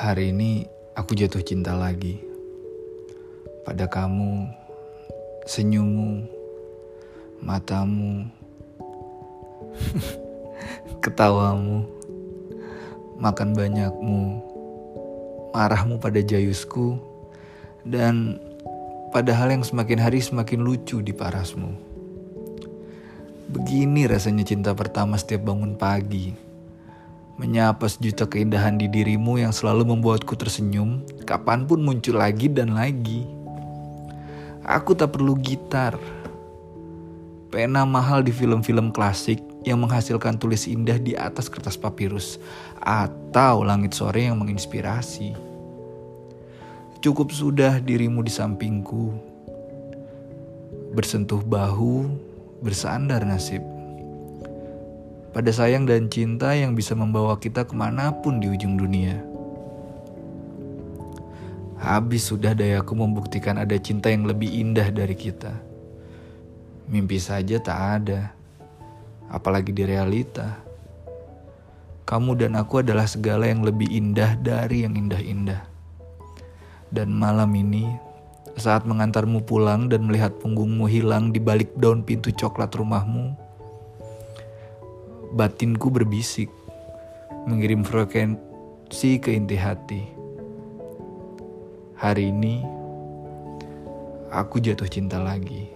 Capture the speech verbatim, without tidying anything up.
Hari ini aku jatuh cinta lagi pada kamu, senyummu, matamu, ketawamu, makan banyakmu, marahmu pada jayusku, dan pada hal yang semakin hari semakin lucu di parasmu. Begini rasanya cinta pertama setiap bangun pagi, menyapa sejuta keindahan di dirimu yang selalu membuatku tersenyum, kapanpun muncul lagi dan lagi. Aku tak perlu gitar, pena mahal di film-film klasik yang menghasilkan tulis indah di atas kertas papirus, atau langit sore yang menginspirasi. Cukup sudah dirimu di sampingku, bersentuh bahu, bersandar nasib. Pada sayang dan cinta yang bisa membawa kita kemanapun di ujung dunia. Habis sudah dayaku membuktikan ada cinta yang lebih indah dari kita. Mimpi saja tak ada, apalagi di realita. Kamu dan aku adalah segala yang lebih indah dari yang indah-indah. Dan malam ini, saat mengantarmu pulang dan melihat punggungmu hilang di balik daun pintu coklat rumahmu, batinku berbisik, mengirim frekuensi ke inti hati. Hari ini, aku jatuh cinta lagi.